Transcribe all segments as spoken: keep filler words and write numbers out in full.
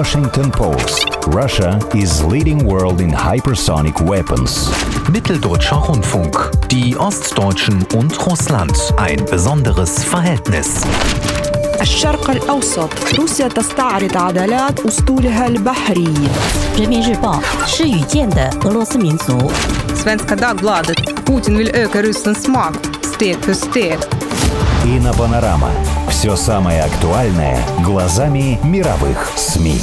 Washington Post. Russia is leading world in hypersonic weapons. Mitteldeutscher Rundfunk. Die Ostdeutschen und Russland. Ein besonderes Verhältnis. الشرق الأوسط. روسيا تستعرض عضلات أسطولها البحري. 人民日报是语见的俄罗斯民族。 Svenska Dagbladet. Putin vill öka Rysslands makt steg för steg. Инопанорама. Все самое актуальное глазами мировых СМИ.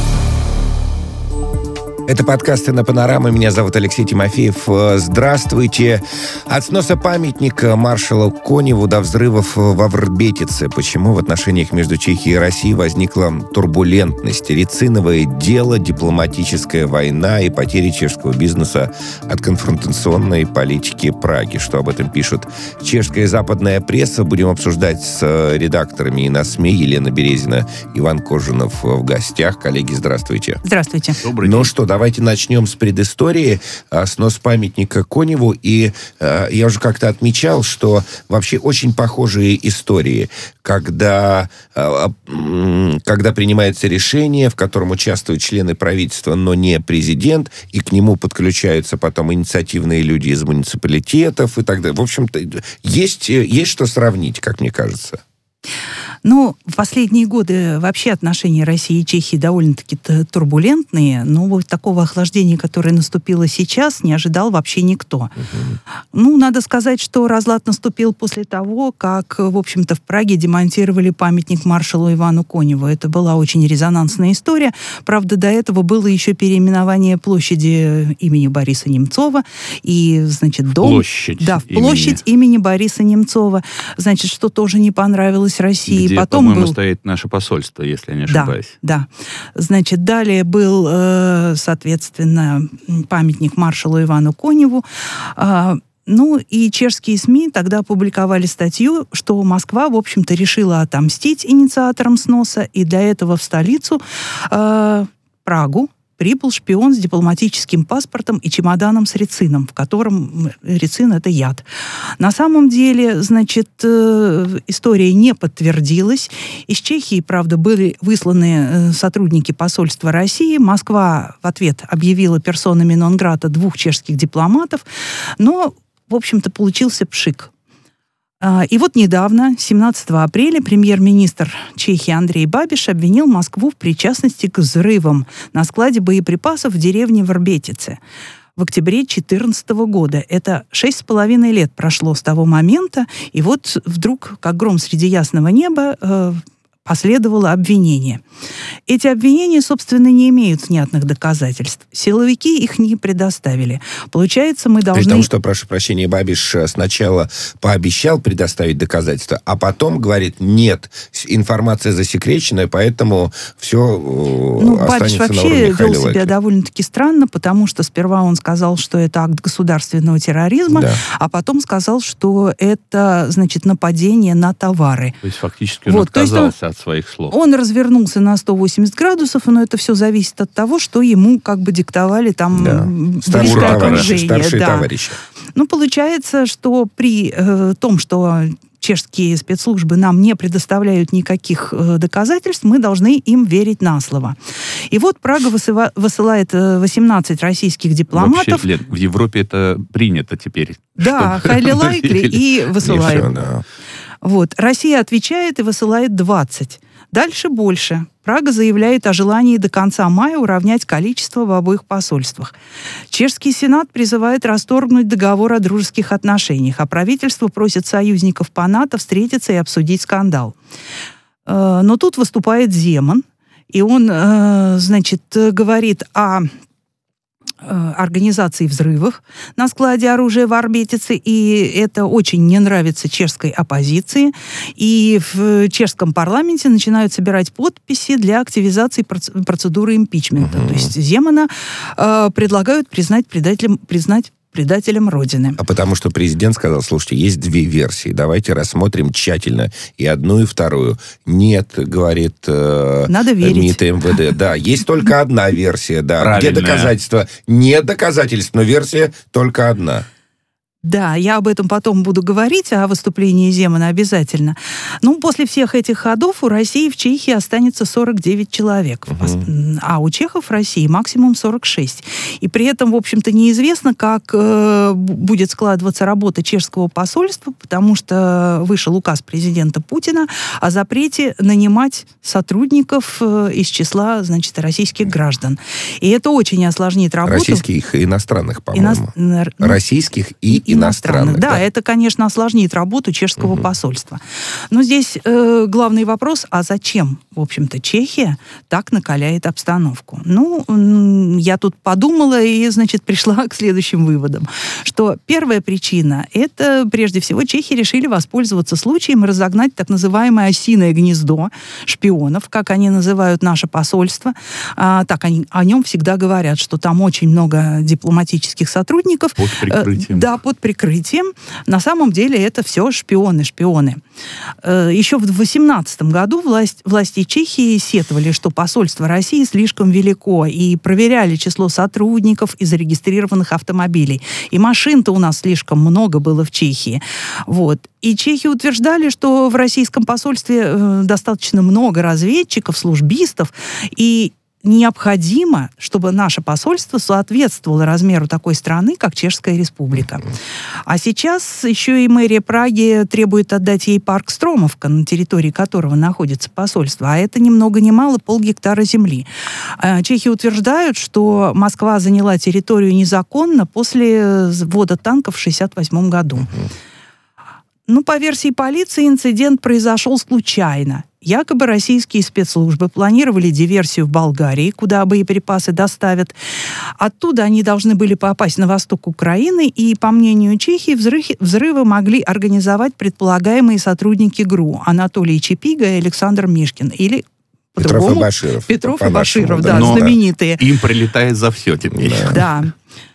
Это подкаст «Инопанорама». Меня зовут Алексей Тимофеев. Здравствуйте. От сноса памятника маршалу Коневу до взрывов во Врбетице. Почему в отношениях между Чехией и Россией возникла турбулентность? Рециновое дело, дипломатическая война и потери чешского бизнеса от конфронтационной политики Праги. Что об этом пишут чешская и западная пресса? Будем обсуждать с редакторами и на СМИ. Елена Березина, Иван Кожинов в гостях. Коллеги, здравствуйте. Здравствуйте. Добрый день. Ну что, давайте начнем с предыстории, снос памятника Коневу. И э, я уже как-то отмечал, что вообще очень похожие истории, когда, э, когда принимается решение, в котором участвуют члены правительства, но не президент, и к нему подключаются потом инициативные люди из муниципалитетов и так далее. В общем-то, есть, есть что сравнить, как мне кажется. Ну, в последние годы вообще отношения России и Чехии довольно-таки турбулентные, но вот такого охлаждения, которое наступило сейчас, не ожидал вообще никто. Uh-huh. Ну, надо сказать, что разлад наступил после того, как, в общем-то, в Праге демонтировали памятник маршалу Ивану Коневу. Это была очень резонансная история. Правда, до этого было еще переименование площади имени Бориса Немцова и, значит, дом... Площадь. Да, в площадь имени, имени Бориса Немцова. Значит, что тоже не понравилось России. Где, потом по-моему, был... стоит наше посольство, если я не Да, ошибаюсь. да. Значит, далее был, соответственно, памятник маршалу Ивану Коневу. Ну, и чешские СМИ тогда опубликовали статью, что Москва, в общем-то, решила отомстить инициаторам сноса, и для этого в столицу, Прагу, прибыл шпион с дипломатическим паспортом и чемоданом с рецином, в котором рецин — это яд. На самом деле, значит, история не подтвердилась. Из Чехии, правда, были высланы сотрудники посольства России. Москва в ответ объявила персонами нон-грата двух чешских дипломатов, но, в общем-то, получился пшик. И вот недавно, семнадцатого апреля, премьер-министр Чехии Андрей Бабиш обвинил Москву в причастности к взрывам на складе боеприпасов в деревне Врбетице в октябре две тысячи четырнадцатого года. Это шесть с половиной лет прошло с того момента, и вот вдруг, как гром среди ясного неба, последовало обвинение. Эти обвинения, собственно, не имеют внятных доказательств. Силовики их не предоставили. Получается, мы должны... При том, что, прошу прощения, Бабиш сначала пообещал предоставить доказательства, а потом говорит, нет, информация засекреченная, поэтому все ну, останется на уровне Бабиш вообще вел Хайлаки. себя довольно-таки странно, потому что сперва он сказал, что это акт государственного терроризма, да. А потом сказал, что это, значит, нападение на товары. То есть фактически он вот, отказался от своих слов. Он развернулся на сто восемьдесят градусов, но это все зависит от того, что ему как бы диктовали там да. близкое окружение. Старшие да. товарищи. Ну, получается, что при э, том, что чешские спецслужбы нам не предоставляют никаких э, доказательств, мы должны им верить на слово. И вот Прага высыва, высылает э, восемнадцать российских дипломатов. Вообще, Лен, в Европе это принято теперь. Да, хайлилайкли и высылают. И все, да. Вот. Россия отвечает и высылает двадцать. Дальше больше. Прага заявляет о желании до конца мая уравнять количество в обоих посольствах. Чешский Сенат призывает расторгнуть договор о дружеских отношениях, а правительство просит союзников по НАТО встретиться и обсудить скандал. Но тут выступает Земан, и он, значит, говорит о организации взрывов на складе оружия в Врбетице, и это очень не нравится чешской оппозиции. И в чешском парламенте начинают собирать подписи для активизации процедуры импичмента. Uh-huh. То есть Земана э, предлагают признать предателем, признать предателем Родины. А потому что президент сказал, слушайте, есть две версии, давайте рассмотрим тщательно и одну, и вторую. Нет, говорит э, Надо верить. МИД, МВД. Да, есть только одна версия, да. Правильная. Где доказательства? Нет доказательств, но версия только одна. Да, я об этом потом буду говорить, о выступлении Земана обязательно. Ну, после всех этих ходов у России в Чехии останется сорок девять человек, uh-huh. а у чехов в России максимум сорок шесть. И при этом, в общем-то, неизвестно, как э, будет складываться работа чешского посольства, потому что вышел указ президента Путина о запрете нанимать сотрудников э, из числа, значит, российских граждан. И это очень осложнит работу. Российских и иностранных, по-моему. Ино... Российских и иностранных. Иностранных, да, да, это, конечно, осложнит работу чешского угу. посольства. Но здесь э, главный вопрос, а зачем, в общем-то, Чехия так накаляет обстановку? Ну, я тут подумала и, значит, пришла к следующим выводам, что первая причина, это, прежде всего, чехи решили воспользоваться случаем и разогнать так называемое осиное гнездо шпионов, как они называют наше посольство. А, так они о нем всегда говорят, что там очень много дипломатических сотрудников. Под прикрытием. Э, да, под прикрытием. На самом деле это все шпионы, шпионы. Еще в восемнадцатом году власть, власти Чехии сетовали, что посольство России слишком велико, и проверяли число сотрудников и зарегистрированных автомобилей. И машин-то у нас слишком много было в Чехии. Вот. И чехи утверждали, что в российском посольстве достаточно много разведчиков, службистов, и необходимо, чтобы наше посольство соответствовало размеру такой страны, как Чешская Республика. А сейчас еще и мэрия Праги требует отдать ей парк Стромовка, на территории которого находится посольство, а это ни много ни мало полгектара земли. Чехи утверждают, что Москва заняла территорию незаконно после ввода танков в шестьдесят восьмом году. Ну, по версии полиции, инцидент произошел случайно. Якобы российские спецслужбы планировали диверсию в Болгарии, куда боеприпасы доставят. Оттуда они должны были попасть на восток Украины, и, по мнению Чехии, взрывы, взрывы могли организовать предполагаемые сотрудники ГРУ Анатолий Чепига и Александр Мишкин. Или Петров и Баширов. Петров и Баширов, да, Но знаменитые. Им прилетает за все теперь. Да. Да.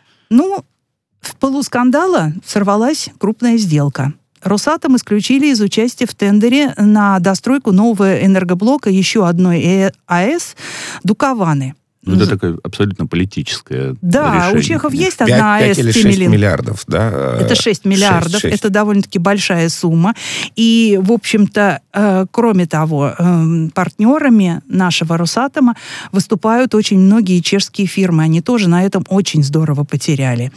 Ну, в пылу скандала сорвалась крупная сделка. Росатом исключили из участия в тендере на достройку нового энергоблока еще одной АЭС Дукованы. Ну, это такое абсолютно политическое Да, решение. У чехов есть одна АЭС пять или шесть миллиардов, да? Это шесть миллиардов, шесть, шесть. Это довольно-таки большая сумма. И, в общем-то, э, кроме того, э, партнерами нашего Росатома выступают очень многие чешские фирмы. Они тоже на этом очень здорово потеряли.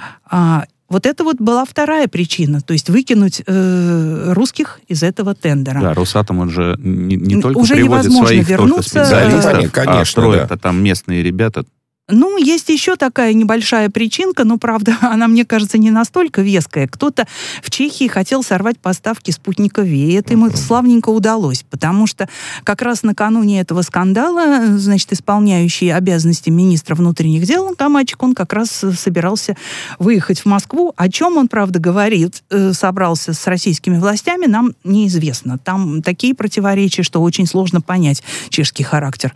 А, Вот это вот была вторая причина, то есть выкинуть э, русских из этого тендера. Да, Росатом, он же не, не только Уже приводит своих только специалистов, конечно, а строят да. там местные ребята. Ну, есть еще такая небольшая причинка, но, правда, она, мне кажется, не настолько веская. Кто-то в Чехии хотел сорвать поставки спутника Ви, и это ему славненько удалось, потому что как раз накануне этого скандала, значит, исполняющий обязанности министра внутренних дел Камачек, он как раз собирался выехать в Москву. О чем он, правда, говорит, собрался с российскими властями, нам неизвестно. Там такие противоречия, что очень сложно понять чешский характер.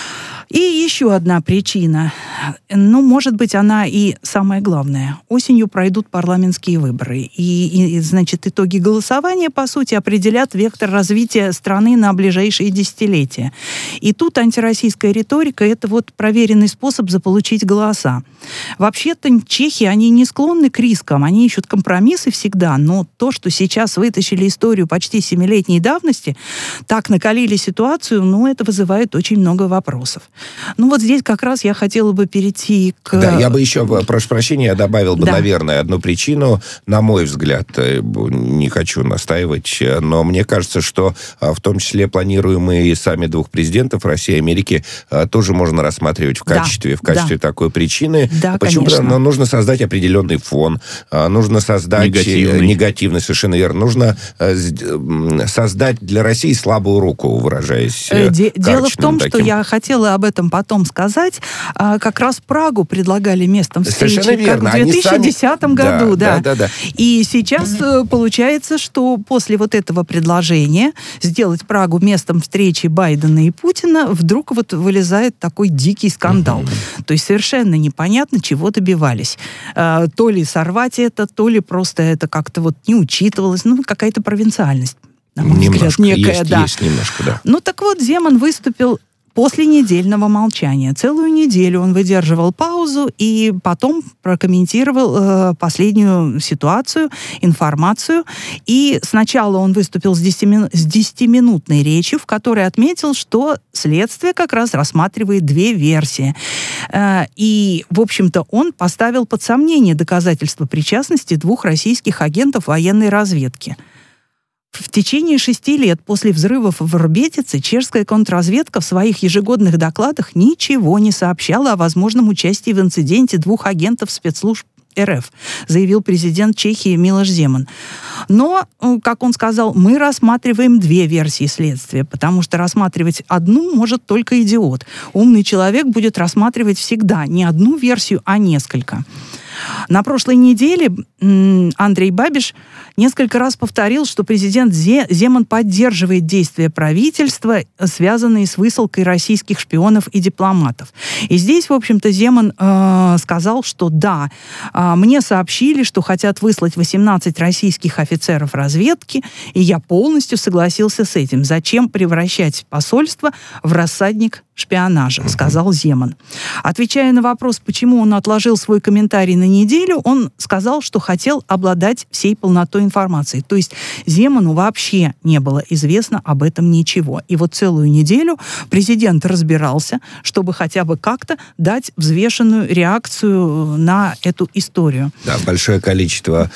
И еще одна причина, ну, может быть, она и самая главная. Осенью пройдут парламентские выборы. И, и, значит, итоги голосования, по сути, определят вектор развития страны на ближайшие десятилетия. И тут антироссийская риторика – это вот проверенный способ заполучить голоса. Вообще-то чехи, они не склонны к рискам, они ищут компромиссы всегда, но то, что сейчас вытащили историю почти семилетней давности, так накалили ситуацию, ну, это вызывает очень много вопросов. Ну, вот здесь как раз я хотела бы перейти к... Да, я бы еще, прошу прощения, я добавил бы, да. наверное, одну причину, на мой взгляд, не хочу настаивать, но мне кажется, что в том числе планируемые саммит двух президентов России и Америки тоже можно рассматривать в качестве, да, в качестве да. такой причины. Да, Почему? конечно. Потому что нужно создать определенный фон, нужно создать... Негативный. Негативный, совершенно верно. Нужно создать для России слабую руку, выражаясь Де- Дело в том, таким. что я хотела об этом потом сказать. А, как раз Прагу предлагали местом встречи, Совершенно верно. как в две тысячи десятом сами... году. Да, да. Да, да, да. И сейчас э, получается, что после вот этого предложения сделать Прагу местом встречи Байдена и Путина, вдруг вот вылезает такой дикий скандал. Uh-huh. То есть совершенно непонятно, чего добивались. Э, то ли сорвать это, то ли просто это как-то вот не учитывалось. Ну, какая-то провинциальность, на мой немножко, взгляд, некая. Есть, да. есть немножко, да. Ну, так вот, Земан выступил после недельного молчания. Целую неделю он выдерживал паузу и потом прокомментировал э, последнюю ситуацию, информацию. И сначала он выступил с десятиминутной речью, в которой отметил, что следствие как раз рассматривает две версии. Э, и, в общем-то, он поставил под сомнение доказательства причастности двух российских агентов военной разведки. В течение шести лет после взрывов в Врбетице чешская контрразведка в своих ежегодных докладах ничего не сообщала о возможном участии в инциденте двух агентов спецслужб РФ, заявил президент Чехии Милош Земан. Но, как он сказал, мы рассматриваем две версии следствия, потому что рассматривать одну может только идиот. Умный человек будет рассматривать всегда не одну версию, а несколько. На прошлой неделе Андрей Бабиш несколько раз повторил, что президент Земан поддерживает действия правительства, связанные с высылкой российских шпионов и дипломатов. И здесь, в общем-то, Земан э, сказал, что да, э, мне сообщили, что хотят выслать восемнадцать российских офицеров разведки, и я полностью согласился с этим. Зачем превращать посольство в рассадник шпионажа, сказал Земан. Отвечая на вопрос, почему он отложил свой комментарий на неделю, он сказал, что хотел обладать всей полнотой информации. То есть Земану вообще не было известно об этом ничего. И вот целую неделю президент разбирался, чтобы хотя бы как-то дать взвешенную реакцию на эту историю. Да, большое количество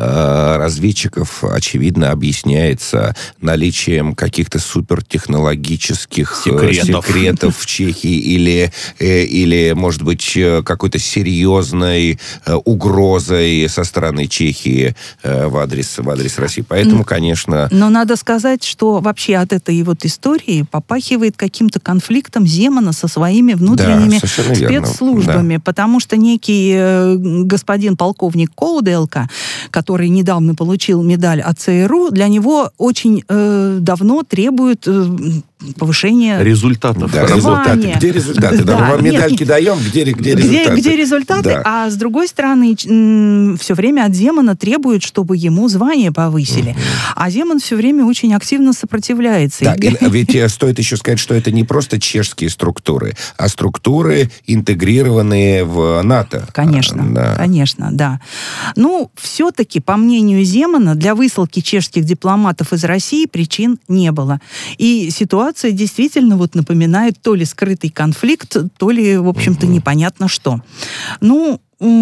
э, разведчиков, очевидно, объясняется наличием каких-то супертехнологических секретов, секретов в Чехии или, э, или, может быть, какой-то серьезной э, угрозой со стороны Чехии э, в адрес, в адрес России. Поэтому, конечно... Но надо сказать, что вообще от этой вот истории попахивает каким-то конфликтом Земана со своими внутренними да, спецслужбами, да. Потому что некий э, господин полковник Коуделка, который недавно получил медаль от ЦРУ, для него очень э, давно требует... Э, повышение результатов. Да, результаты. Где результаты? Да, мы вам медальки нет, даем, где, где результаты? Где, где результаты, да. А с другой стороны, все время от Земана требуют, чтобы ему звание повысили. Угу. А Земан все время очень активно сопротивляется. Да, и, ведь стоит еще сказать, что это не просто чешские структуры, а структуры, интегрированные в НАТО. Конечно, да. конечно, да. Ну, все-таки, по мнению Земана, для высылки чешских дипломатов из России причин не было. И ситуация Ситуация действительно вот напоминает то ли скрытый конфликт, то ли, в общем-то, непонятно что. Ну,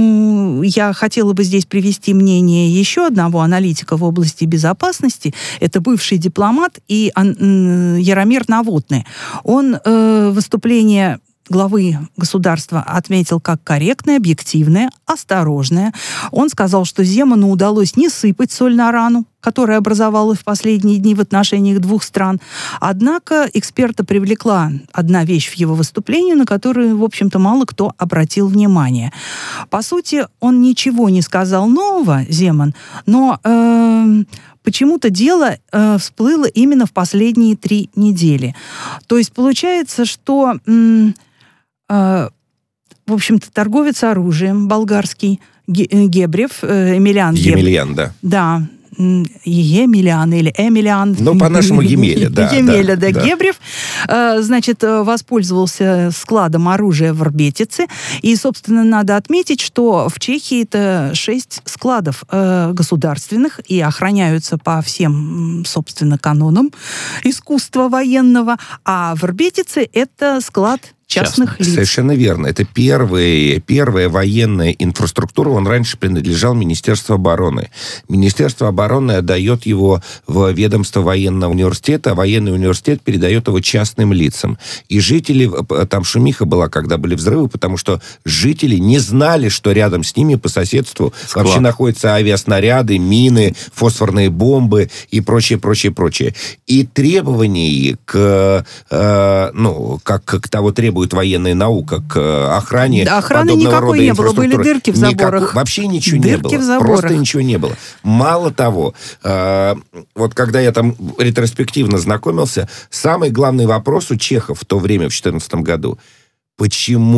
я хотела бы здесь привести мнение еще одного аналитика в области безопасности. Это бывший дипломат и Яромир Новотный. Он э, выступление главы государства отметил как корректное, объективное, осторожное. Он сказал, что Земану удалось не сыпать соль на рану, которая образовалась в последние дни в отношениях двух стран. Однако эксперта привлекла одна вещь в его выступлении, на которую, в общем-то, мало кто обратил внимание. По сути, он ничего не сказал нового, Земан, но э, почему-то дело э, всплыло именно в последние три недели. То есть получается, что э, э, в общем-то, торговец оружием болгарский Гебрев, э, Емельян Гебрев. Емельян, да. Да. Емельян или Эмилиан. Ну, по-нашему Емеля, да. Емеля, да, да, Гебрев, значит, воспользовался складом оружия в Врбетице. И, собственно, надо отметить, что в Чехии это шесть складов государственных и охраняются по всем, собственно, канонам искусства военного. А в Врбетице это склад частных лиц. Совершенно верно. Это первый, первая военная инфраструктура. Он раньше принадлежал Министерству обороны. Министерство обороны отдает его в ведомство военного университета, а военный университет передает его частным лицам. И жители... Там шумиха была, когда были взрывы, потому что жители не знали, что рядом с ними по соседству Склад. вообще находятся авиаснаряды, мины, фосфорные бомбы и прочее, прочее, прочее. И требований к... Э, ну, как к того требует военная наука к охране да, охраны никакой не было, были дырки в заборах. Никакой, вообще ничего дырки не было. Просто ничего не было. Мало того, э, вот когда я там ретроспективно знакомился, самый главный вопрос у чехов в то время, в две тысячи четырнадцатом году, почему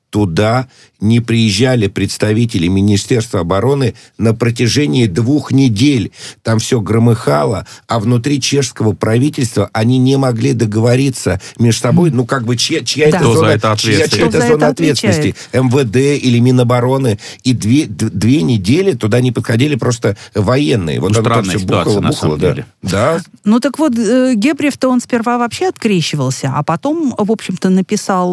туда не приезжали представители Министерства обороны на протяжении двух недель. Там все громыхало, а внутри чешского правительства они не могли договориться между собой, ну, как бы, чья, чья да. это зона, это чья, чья это зона это ответственности, эм вэ дэ или Минобороны. И две, две недели туда не подходили просто военные. Вот ну, оно там все бухало, бухало. Да. да. Ну, так вот, Гебрев-то он сперва вообще открещивался, а потом, в общем-то, написал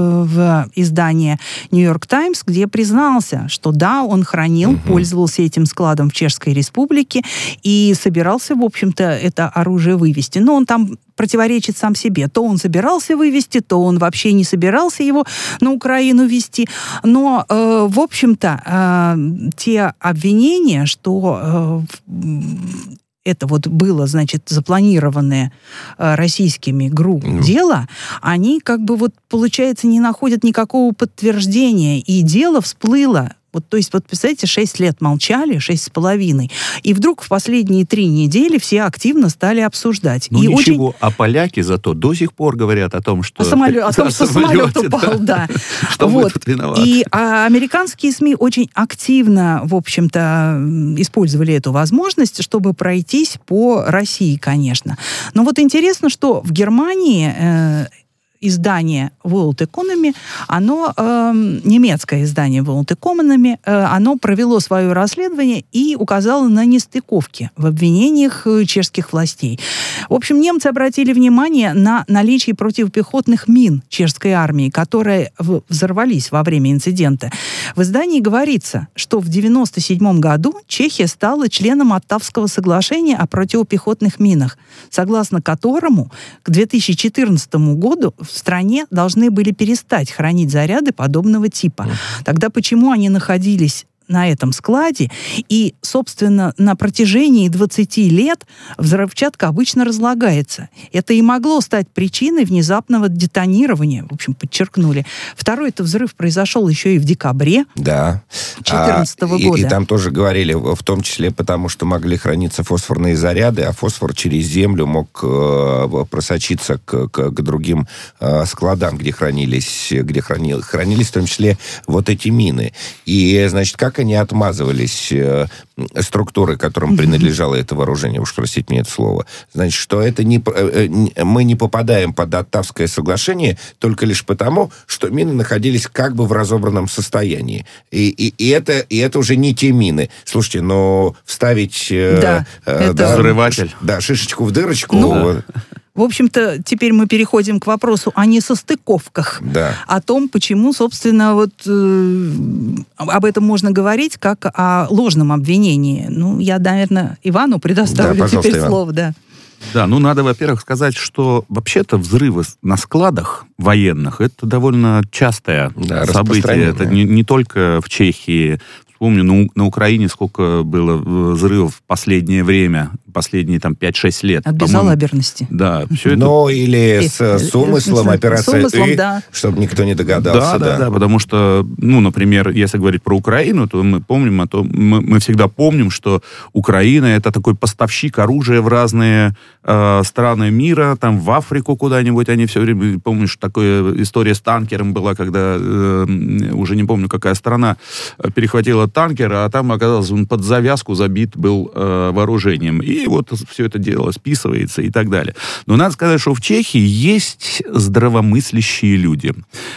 в издание «Нью-Йорк Таймс», где признался, что да, он хранил, угу. пользовался этим складом в Чешской Республике и собирался, в общем-то, это оружие вывести. Но он там противоречит сам себе. То он собирался вывести, то он вообще не собирался его на Украину везти. Но, э, в общем-то, э, те обвинения, что э, это вот было, значит, запланированное э, российскими ГРУ ну. дело, они как бы вот, получается, не находят никакого подтверждения. И дело всплыло. Вот, то есть, вот, представляете, шесть лет молчали, шесть с половиной, и вдруг в последние три недели все активно стали обсуждать. Ну и ничего, очень... а поляки зато до сих пор говорят о том, что... О, самолет, о том, что самолет упал, да. Что мы тут виноваты. И а, американские СМИ очень активно, в общем-то, использовали эту возможность, чтобы пройтись по России, конечно. Но вот интересно, что в Германии... Э, издание World Economy, оно, э, немецкое издание World Economy, э, оно провело свое расследование и указало на нестыковки в обвинениях чешских властей. В общем, немцы обратили внимание на наличие противопехотных мин чешской армии, которые взорвались во время инцидента. В издании говорится, что в девяносто седьмом году Чехия стала членом Оттавского соглашения о противопехотных минах, согласно которому к две тысячи четырнадцатому году в стране должны были перестать хранить заряды подобного типа. Тогда почему они находились на этом складе? И, собственно, на протяжении двадцати лет взрывчатка обычно разлагается. Это и могло стать причиной внезапного детонирования, в общем, подчеркнули. Второй-то взрыв произошел еще и в декабре да. две тысячи четырнадцатого а, года. И, и там тоже говорили, в том числе потому, что могли храниться фосфорные заряды, а фосфор через землю мог э, просочиться к, к, к другим э, складам, где хранились, где хранил, хранились в том числе вот эти мины. И, значит, как они отмазывались, э, структуры, которым принадлежало это вооружение, уж простите мне это слово, значит, что это не, э, мы не попадаем под Оттавское соглашение только лишь потому, что мины находились как бы в разобранном состоянии. И, и, и, это, и это уже не те мины. Слушайте, но вставить... Э, да, э, это... да, взрыватель. Да, шишечку в дырочку... Ну... В общем-то, теперь мы переходим к вопросу о несостыковках. Да. О том, почему, собственно, вот э, об этом можно говорить как о ложном обвинении. Ну, я, наверное, Ивану предоставлю да, теперь Иван. слово, да. Да, ну надо, во-первых, сказать, что вообще-то взрывы на складах военных это довольно частое да, событие. Это не, не только в Чехии. Помню, на, на Украине сколько было взрывов в последнее время, последние там пять-шесть лет. От безалаберности. Да, все это... Ну, или с, с умыслом, с, операция с умыслом, «И», да. чтобы никто не догадался. Да, да, да, да, потому что, ну, например, если говорить про Украину, то мы помним, а то мы, мы всегда помним, что Украина — это такой поставщик оружия в разные э, страны мира, там в Африку куда-нибудь они все время... Помнишь, такая история с танкером была, когда, э, уже не помню, какая страна перехватила танкер, а там, оказалось, он под завязку забит был э, вооружением. И вот все это дело списывается и так далее. Но надо сказать, что в Чехии есть здравомыслящие люди,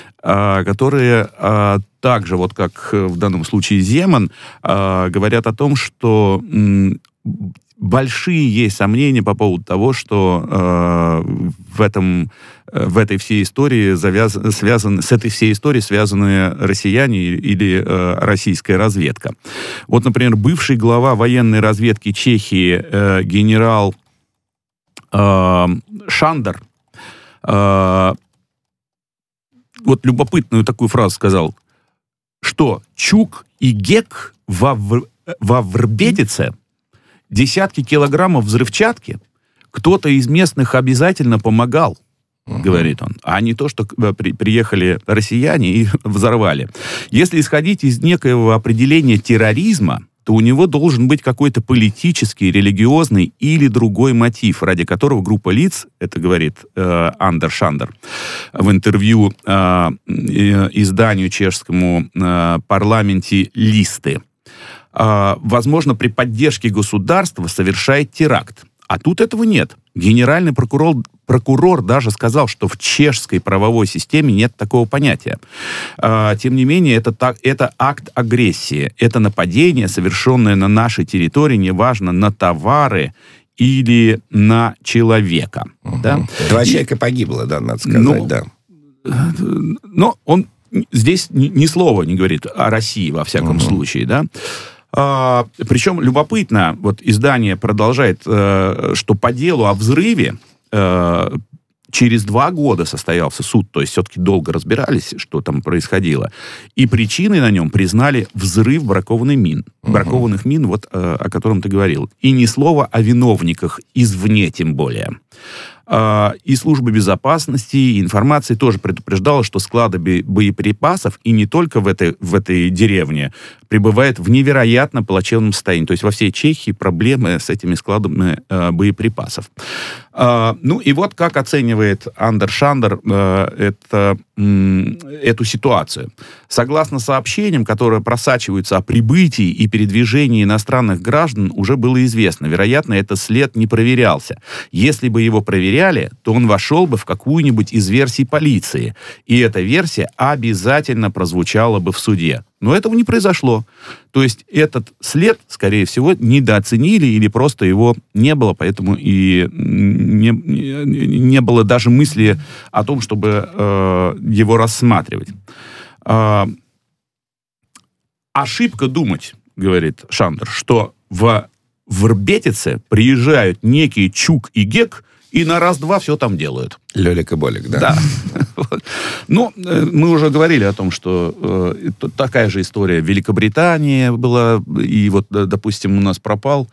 э, которые э, также, вот как в данном случае Земан, э, говорят о том, что э, большие есть сомнения по поводу того, что э, в этом в этой всей истории завяз... связаны, с этой всей историей связаны россияне или э, российская разведка. Вот, например, бывший глава военной разведки Чехии э, генерал э, Шандер э, вот любопытную такую фразу сказал, что Чук и Гек во, во Врбетице десятки килограммов взрывчатки кто-то из местных обязательно помогал. Uh-huh. Говорит он, а не то, что при, приехали россияне и взорвали. Если исходить из некоего определения терроризма, то у него должен быть какой-то политический, религиозный или другой мотив, ради которого группа лиц, это говорит э, Андер Шандер в интервью э, изданию чешскому э, парламенте «Листы», э, возможно, при поддержке государства совершает теракт. А тут этого нет. Генеральный прокурор, прокурор даже сказал, что в чешской правовой системе нет такого понятия. А, тем не менее, это, так, это акт агрессии. Это нападение, совершенное на нашей территории, неважно, на товары или на человека. Угу. Да? Два человека погибло, да, надо сказать, ну, да. Но он здесь ни, ни слова не говорит о России, во всяком угу. случае, да. А, причем любопытно, вот издание продолжает, э, что по делу о взрыве э, через два года состоялся суд, то есть все-таки долго разбирались, что там происходило, и причиной на нем признали взрыв бракованных мин, uh-huh. бракованных мин, вот э, о котором ты говорил, и ни слова о виновниках извне тем более. И служба безопасности, и информации тоже предупреждала, что склады боеприпасов, и не только в этой, в этой деревне, пребывают в невероятно плачевном состоянии. То есть во всей Чехии проблемы с этими складами э, боеприпасов. Э, ну и вот как оценивает Андер Шандер э, это, э, эту ситуацию. Согласно сообщениям, которые просачиваются о прибытии и передвижении иностранных граждан, уже было известно. Вероятно, этот след не проверялся. Если бы его проверяли, то он вошел бы в какую-нибудь из версий полиции. И эта версия обязательно прозвучала бы в суде. Но этого не произошло. То есть этот след, скорее всего, недооценили или просто его не было, поэтому и не, не было даже мысли о том, чтобы э, его рассматривать. Э, ошибка думать, говорит Шандер, что в Врбетице приезжают некие Чук и Гек и на раз-два все там делают. Лёлик и Болик, да. Да. Ну, мы уже говорили о том, что э, такая же история в Великобритании была, и вот, допустим, у нас пропал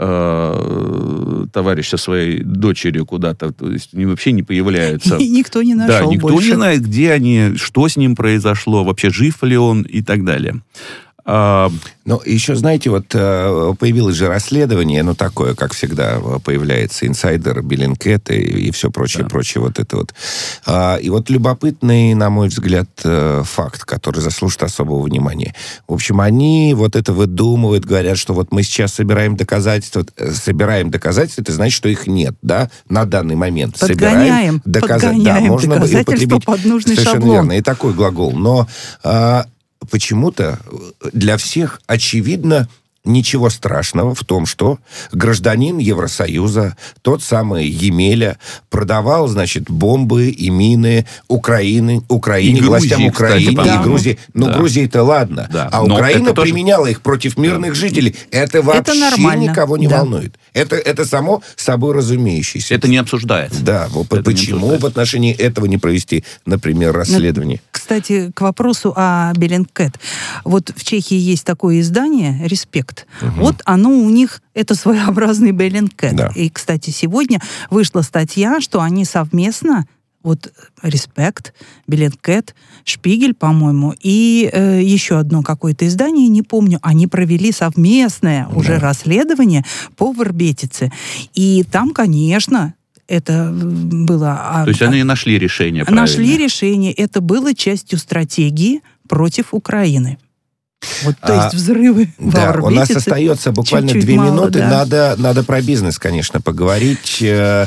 э, товарищ со своей дочерью куда-то, то есть они вообще не появляются. И никто не нашел Да, никто больше. не знает, где они, что с ним произошло, вообще жив ли он и так далее. А... Ну, еще, знаете, вот появилось же расследование, ну, такое, как всегда, появляется инсайдер, Беллинкет и, и все прочее, да. прочее, вот это вот. А, и вот любопытный, на мой взгляд, факт, который заслужит особого внимания. В общем, они вот это выдумывают, говорят, что вот мы сейчас собираем доказательства, собираем доказательства, это значит, что их нет, да, на данный момент. Подгоняем, собираем доказа... подгоняем да, можно доказательства под нужный совершенно шаблон. верно, и такой глагол. Но... А, почему-то для всех очевидно ничего страшного в том, что гражданин Евросоюза, тот самый Емеля, продавал, значит, бомбы и мины Украины, Украине, и властям Грузии, Украины кстати, и Грузии. Ну, да. Грузии-то ладно. Да. А Но Украина тоже... применяла их против мирных да. жителей. Это вообще это никого не да. волнует. Это, это само собой разумеющееся. Это не обсуждается. Да, вот это почему в отношении этого не провести, например, расследование? Ну, кстати, к вопросу о Беллинкет. Вот в Чехии есть такое издание «Респект». Угу. Вот оно у них, это своеобразный Беллинкет. Да. И, кстати, сегодня вышла статья, что они совместно, вот «Респект», «Беллинкет», «Шпигель», по-моему, и э, еще одно какое-то издание, не помню, они провели совместное да. уже расследование по Врбетице. И там, конечно... Это было... То есть они нашли решение, Нашли правильно? решение. Это было частью стратегии против Украины. Вот, то а, есть взрывы да, в у нас остается буквально чуть-чуть две мало, минуты. Да. Надо, надо про бизнес, конечно, поговорить. Э,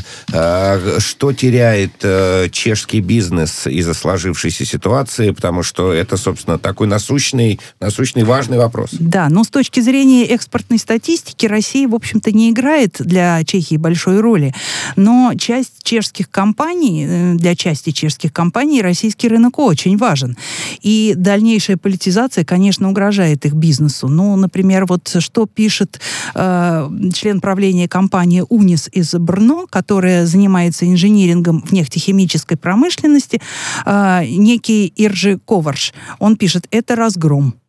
э, что теряет э, чешский бизнес из-за сложившейся ситуации, потому что это, собственно, такой насущный, насущный важный вопрос. Да, но с точки зрения экспортной статистики Россия, в общем-то, не играет для Чехии большой роли. Но часть чешских компаний, для части чешских компаний российский рынок очень важен. И дальнейшая политизация, конечно, угрожает угрожает их бизнесу. Ну, например, вот что пишет э, член правления компании «Унис» из Брно, которая занимается инжинирингом в нефтехимической промышленности, э, некий Иржи Коварш. Он пишет: это разгром.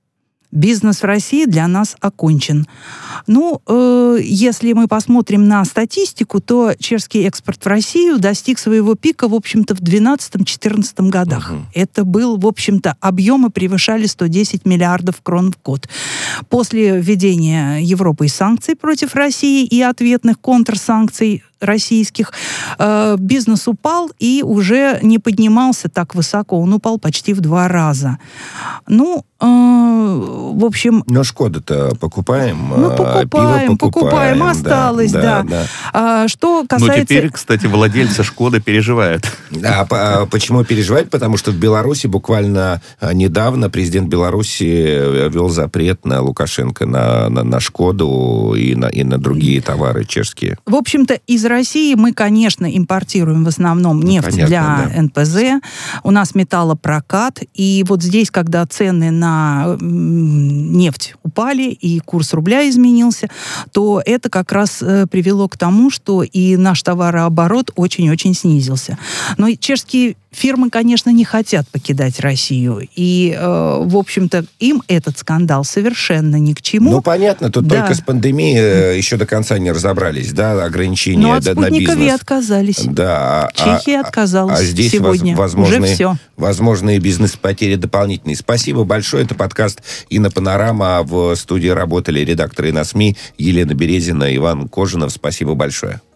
Бизнес в России для нас окончен. Ну, э, если мы посмотрим на статистику, то чешский экспорт в Россию достиг своего пика, в общем-то, в двенадцатом-четырнадцатом годах. Угу. Это был, в общем-то, объемы превышали сто десять миллиардов крон в год. После введения Европой санкций против России и ответных контрсанкций российских, э, бизнес упал и уже не поднимался так высоко. Он упал почти в два раза. Ну, э, в общем... Но Шкоду-то покупаем. Ну, покупаем, пиво покупаем, покупаем, осталось, да. да. да. А, что касается... Ну, теперь, кстати, владельцы Шкоды переживают. Да, а почему переживать? Потому что в Беларуси буквально недавно президент Беларуси ввел запрет на Лукашенко, на, на, на Шкоду и на, и на другие товары чешские. В общем-то, из России мы, конечно, импортируем в основном нефть, ну, понятно, для да. эн пэ зэ. У нас металлопрокат. И вот здесь, когда цены на нефть упали и курс рубля изменился, то это как раз привело к тому, что и наш товарооборот очень-очень снизился. Но чешские фирмы, конечно, не хотят покидать Россию. И, э, в общем-то, им этот скандал совершенно ни к чему. Ну, понятно, тут да. только с пандемией э, еще до конца не разобрались, да, ограничения ну, от да, на бизнес. спутника Ви отказались. Да. Чехия а, отказалась а здесь сегодня. Воз, возможные, уже все. Возможные бизнес-потери дополнительные. Спасибо большое. Это подкаст «Инопанорама». В студии работали редакторы «Иносми» Елена Березина, Иван Кожинов. Спасибо большое.